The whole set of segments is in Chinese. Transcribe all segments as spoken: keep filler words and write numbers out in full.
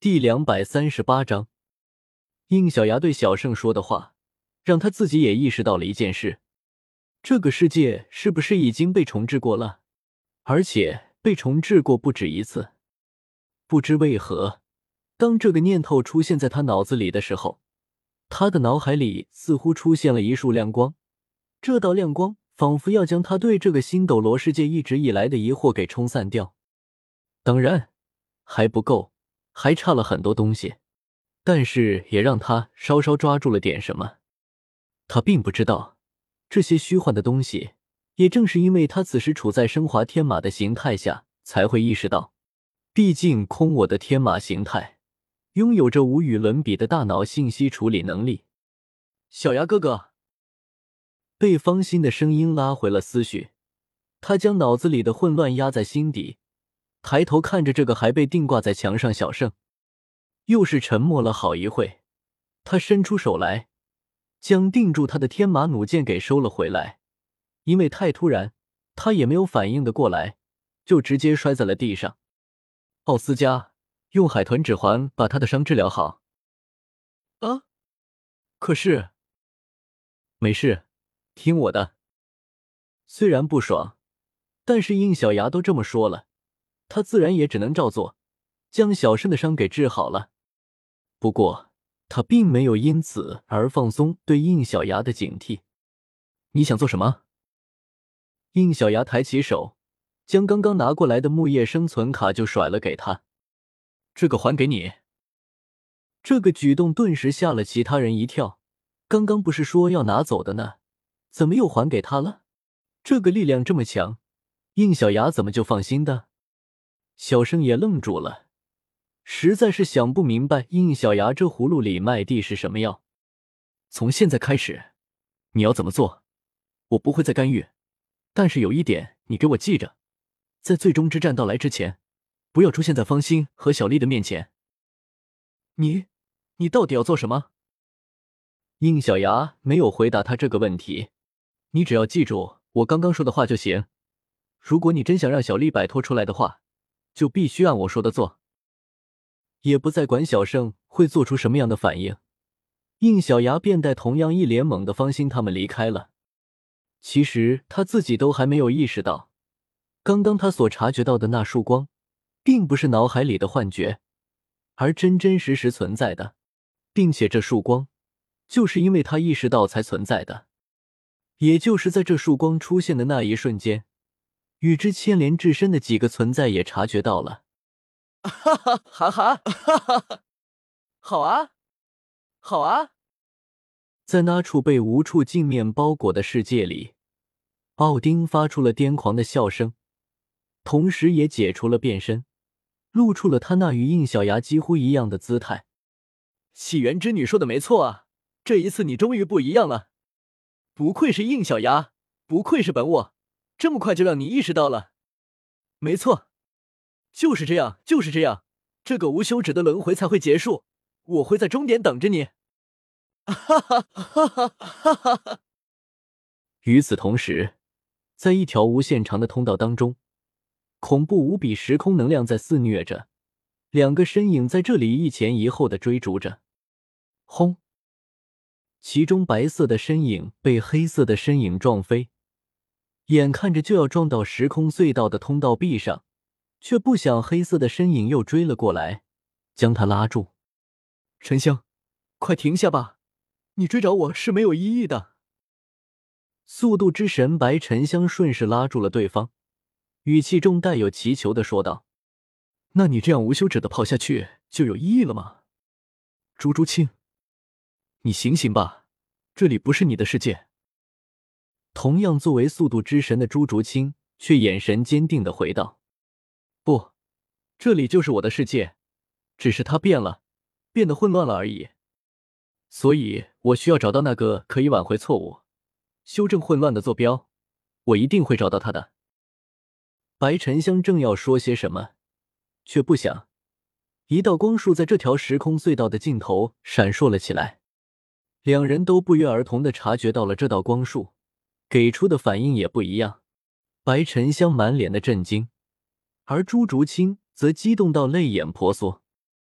第两百三十八章，应小牙对小胜说的话，让他自己也意识到了一件事：这个世界是不是已经被重置过了？而且被重置过不止一次。不知为何，当这个念头出现在他脑子里的时候，他的脑海里似乎出现了一束亮光，这道亮光仿佛要将他对这个星斗罗世界一直以来的疑惑给冲散掉。当然，还不够，还差了很多东西，但是也让他稍稍抓住了点什么。他并不知道，这些虚幻的东西，也正是因为他此时处在升华天马的形态下，才会意识到，毕竟空我的天马形态拥有着无与伦比的大脑信息处理能力。小牙哥哥，被方心的声音拉回了思绪，他将脑子里的混乱压在心底，抬头看着这个还被钉挂在墙上小圣，又是沉默了好一会，他伸出手来，将定住他的天马弩箭给收了回来，因为太突然，他也没有反应得过来，就直接摔在了地上。奥斯加，用海豚指环把他的伤治疗好。啊？可是……没事，听我的。虽然不爽，但是应小牙都这么说了，他自然也只能照做，将小圣的伤给治好了。不过，他并没有因此而放松对应小牙的警惕。你想做什么？应小牙抬起手，将刚刚拿过来的木叶生存卡就甩了给他。这个还给你。这个举动顿时吓了其他人一跳，刚刚不是说要拿走的呢，怎么又还给他了？这个力量这么强，应小牙怎么就放心的？小生也愣住了，实在是想不明白应小牙这葫芦里卖的是什么药。从现在开始，你要怎么做，我不会再干预，但是有一点你给我记着，在最终之战到来之前，不要出现在方心和小丽的面前。你，你到底要做什么？应小牙没有回答他这个问题，你只要记住我刚刚说的话就行。如果你真想让小丽摆脱出来的话，就必须按我说的做。也不再管小胜会做出什么样的反应，应小牙便带同样一脸懵的方心他们离开了。其实他自己都还没有意识到，刚刚他所察觉到的那束光，并不是脑海里的幻觉，而真真实实存在的，并且这束光就是因为他意识到才存在的。也就是在这束光出现的那一瞬间，与之牵连至深的几个存在也察觉到了。哈哈哈哈哈哈！好啊，好啊！在那处被无处镜面包裹的世界里，奥丁发出了癫狂的笑声，同时也解除了变身，露出了他那与应小牙几乎一样的姿态。起源之女说的没错啊，这一次你终于不一样了。不愧是应小牙，不愧是本我，这么快就让你意识到了。没错，就是这样，就是这样，这个无休止的轮回才会结束，我会在终点等着你。哈哈哈哈哈哈！与此同时，在一条无限长的通道当中，恐怖无比时空能量在肆虐着，两个身影在这里一前一后的追逐着。轰！其中白色的身影被黑色的身影撞飞，眼看着就要撞到时空隧道的通道壁上，却不想黑色的身影又追了过来，将他拉住。沉香，快停下吧，你追找我是没有意义的。速度之神白沉香顺势拉住了对方，语气中带有祈求的说道：那你这样无休止的跑下去就有意义了吗？朱朱清，你醒醒吧，这里不是你的世界。同样作为速度之神的朱竹清却眼神坚定地回道：不，这里就是我的世界，只是它变了，变得混乱了而已。所以我需要找到那个可以挽回错误、修正混乱的坐标，我一定会找到它的。白沉香正要说些什么，却不想一道光束在这条时空隧道的尽头闪烁了起来。两人都不约而同地察觉到了这道光束，给出的反应也不一样。白沉香满脸的震惊，而朱竹清则激动到泪眼婆娑。快！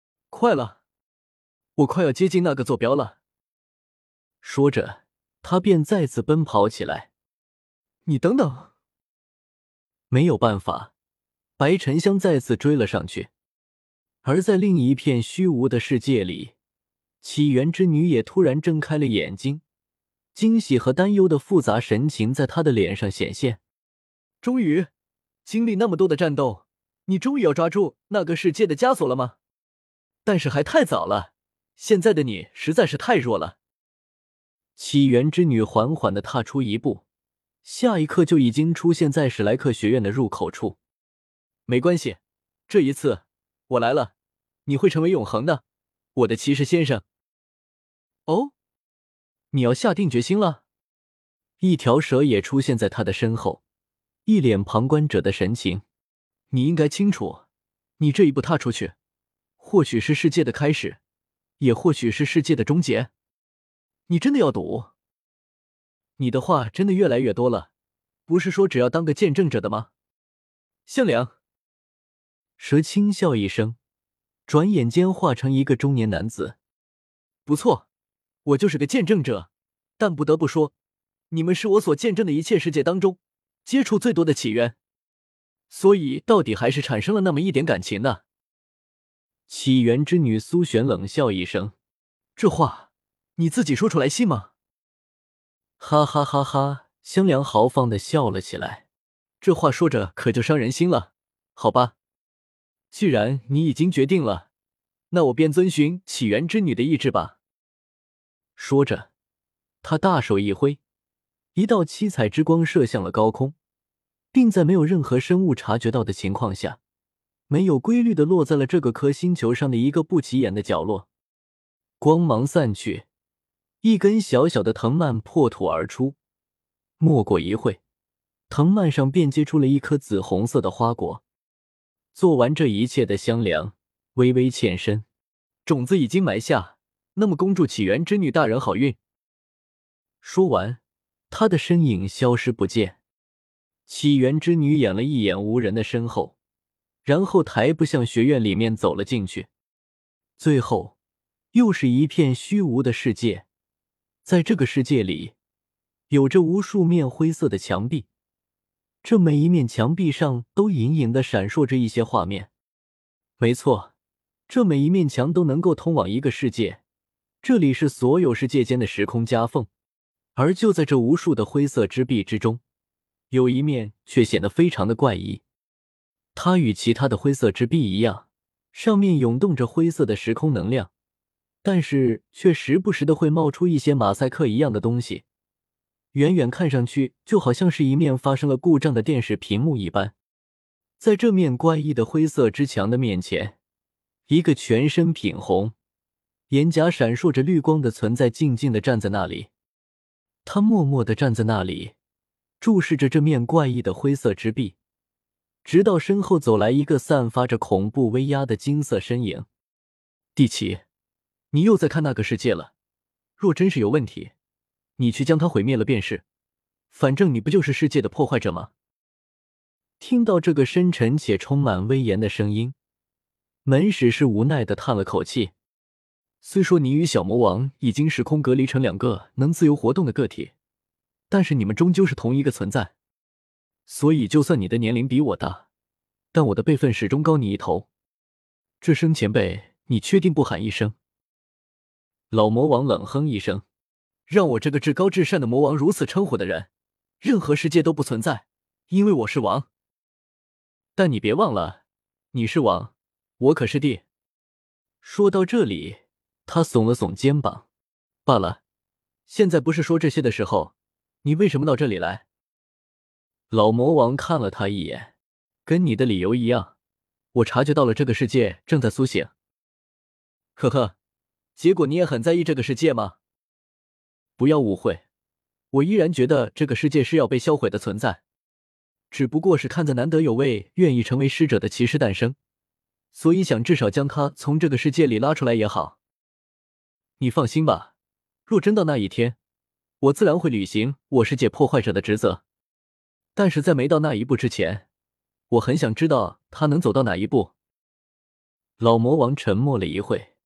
快了，我快要接近那个坐标了。说着，他便再次奔跑起来。你等等！没有办法，白沉香再次追了上去。而在另一片虚无的世界里，起源之女也突然睁开了眼睛，惊喜和担忧的复杂神情在她的脸上显现。终于，经历那么多的战斗，你终于要抓住那个世界的枷锁了吗？但是还太早了，现在的你实在是太弱了。起源之女缓缓地踏出一步，下一刻就已经出现在史莱克学院的入口处。没关系，这一次我来了，你会成为永恒的，我的骑士先生。哦，你要下定决心了？一条蛇也出现在他的身后，一脸旁观者的神情。你应该清楚，你这一步踏出去，或许是世界的开始，也或许是世界的终结。你真的要赌？你的话真的越来越多了，不是说只要当个见证者的吗？项梁。蛇轻笑一声，转眼间化成一个中年男子。不错，我就是个见证者，但不得不说，你们是我所见证的一切世界当中接触最多的起源，所以到底还是产生了那么一点感情的。起源之女苏璇冷笑一声，这话你自己说出来信吗？哈哈哈哈！香凉豪放地笑了起来，这话说着可就伤人心了。好吧，既然你已经决定了，那我便遵循起源之女的意志吧。说着，他大手一挥，一道七彩之光射向了高空，并在没有任何生物察觉到的情况下，没有规律地落在了这个颗星球上的一个不起眼的角落。光芒散去，一根小小的藤蔓破土而出，没过一会，藤蔓上便结出了一颗紫红色的花果。做完这一切的香凉微微欠身，种子已经埋下，那么恭祝起源之女大人好运。说完，她的身影消失不见。起源之女演了一眼无人的身后，然后抬步向学院里面走了进去。最后，又是一片虚无的世界。在这个世界里，有着无数面灰色的墙壁，这每一面墙壁上都隐隐地闪烁着一些画面。没错，这每一面墙都能够通往一个世界，这里是所有世界间的时空夹缝。而就在这无数的灰色之壁之中，有一面却显得非常的怪异。它与其他的灰色之壁一样，上面涌动着灰色的时空能量，但是却时不时的会冒出一些马赛克一样的东西，远远看上去就好像是一面发生了故障的电视屏幕一般。在这面怪异的灰色之墙的面前，一个全身品红、眼颊闪烁着绿光的存在静静地站在那里。他默默地站在那里，注视着这面怪异的灰色之壁，直到身后走来一个散发着恐怖威压的金色身影。蒂奇，你又在看那个世界了，若真是有问题，你去将它毁灭了便是，反正你不就是世界的破坏者吗？听到这个深沉且充满威严的声音，门使是无奈地叹了口气。虽说你与小魔王已经时空隔离成两个能自由活动的个体，但是你们终究是同一个存在，所以就算你的年龄比我大，但我的辈分始终高你一头。这声前辈，你确定不喊一声？老魔王冷哼一声，让我这个至高至善的魔王如此称呼的人，任何世界都不存在，因为我是王。但你别忘了，你是王，我可是帝。说到这里，他耸了耸肩膀，罢了，现在不是说这些的时候，你为什么到这里来？老魔王看了他一眼，跟你的理由一样，我察觉到了这个世界正在苏醒。呵呵，结果你也很在意这个世界吗？不要误会，我依然觉得这个世界是要被销毁的存在，只不过是看在难得有位愿意成为师者的骑士诞生，所以想至少将他从这个世界里拉出来也好。你放心吧，若真到那一天，我自然会履行我世界破坏者的职责。但是在没到那一步之前，我很想知道他能走到哪一步。老魔王沉默了一会，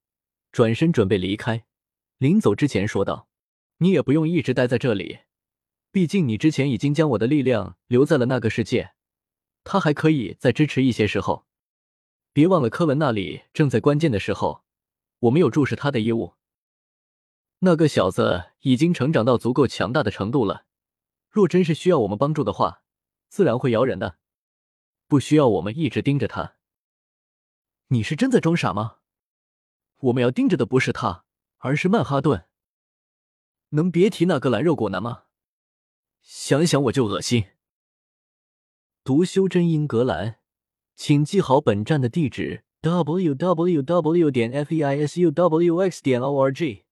转身准备离开，临走之前说道：“你也不用一直待在这里，毕竟你之前已经将我的力量留在了那个世界，他还可以再支持一些时候。别忘了柯文那里正在关键的时候，我们有注视他的义务。那个小子已经成长到足够强大的程度了，若真是需要我们帮助的话，自然会摇人的，不需要我们一直盯着他。你是真在装傻吗？我们要盯着的不是他，而是曼哈顿。能别提那个蓝肉果男吗？想想我就恶心。”读修真英格兰，请记好本站的地址 ：double u double u double u 点 f e i s u w x 点 o r g。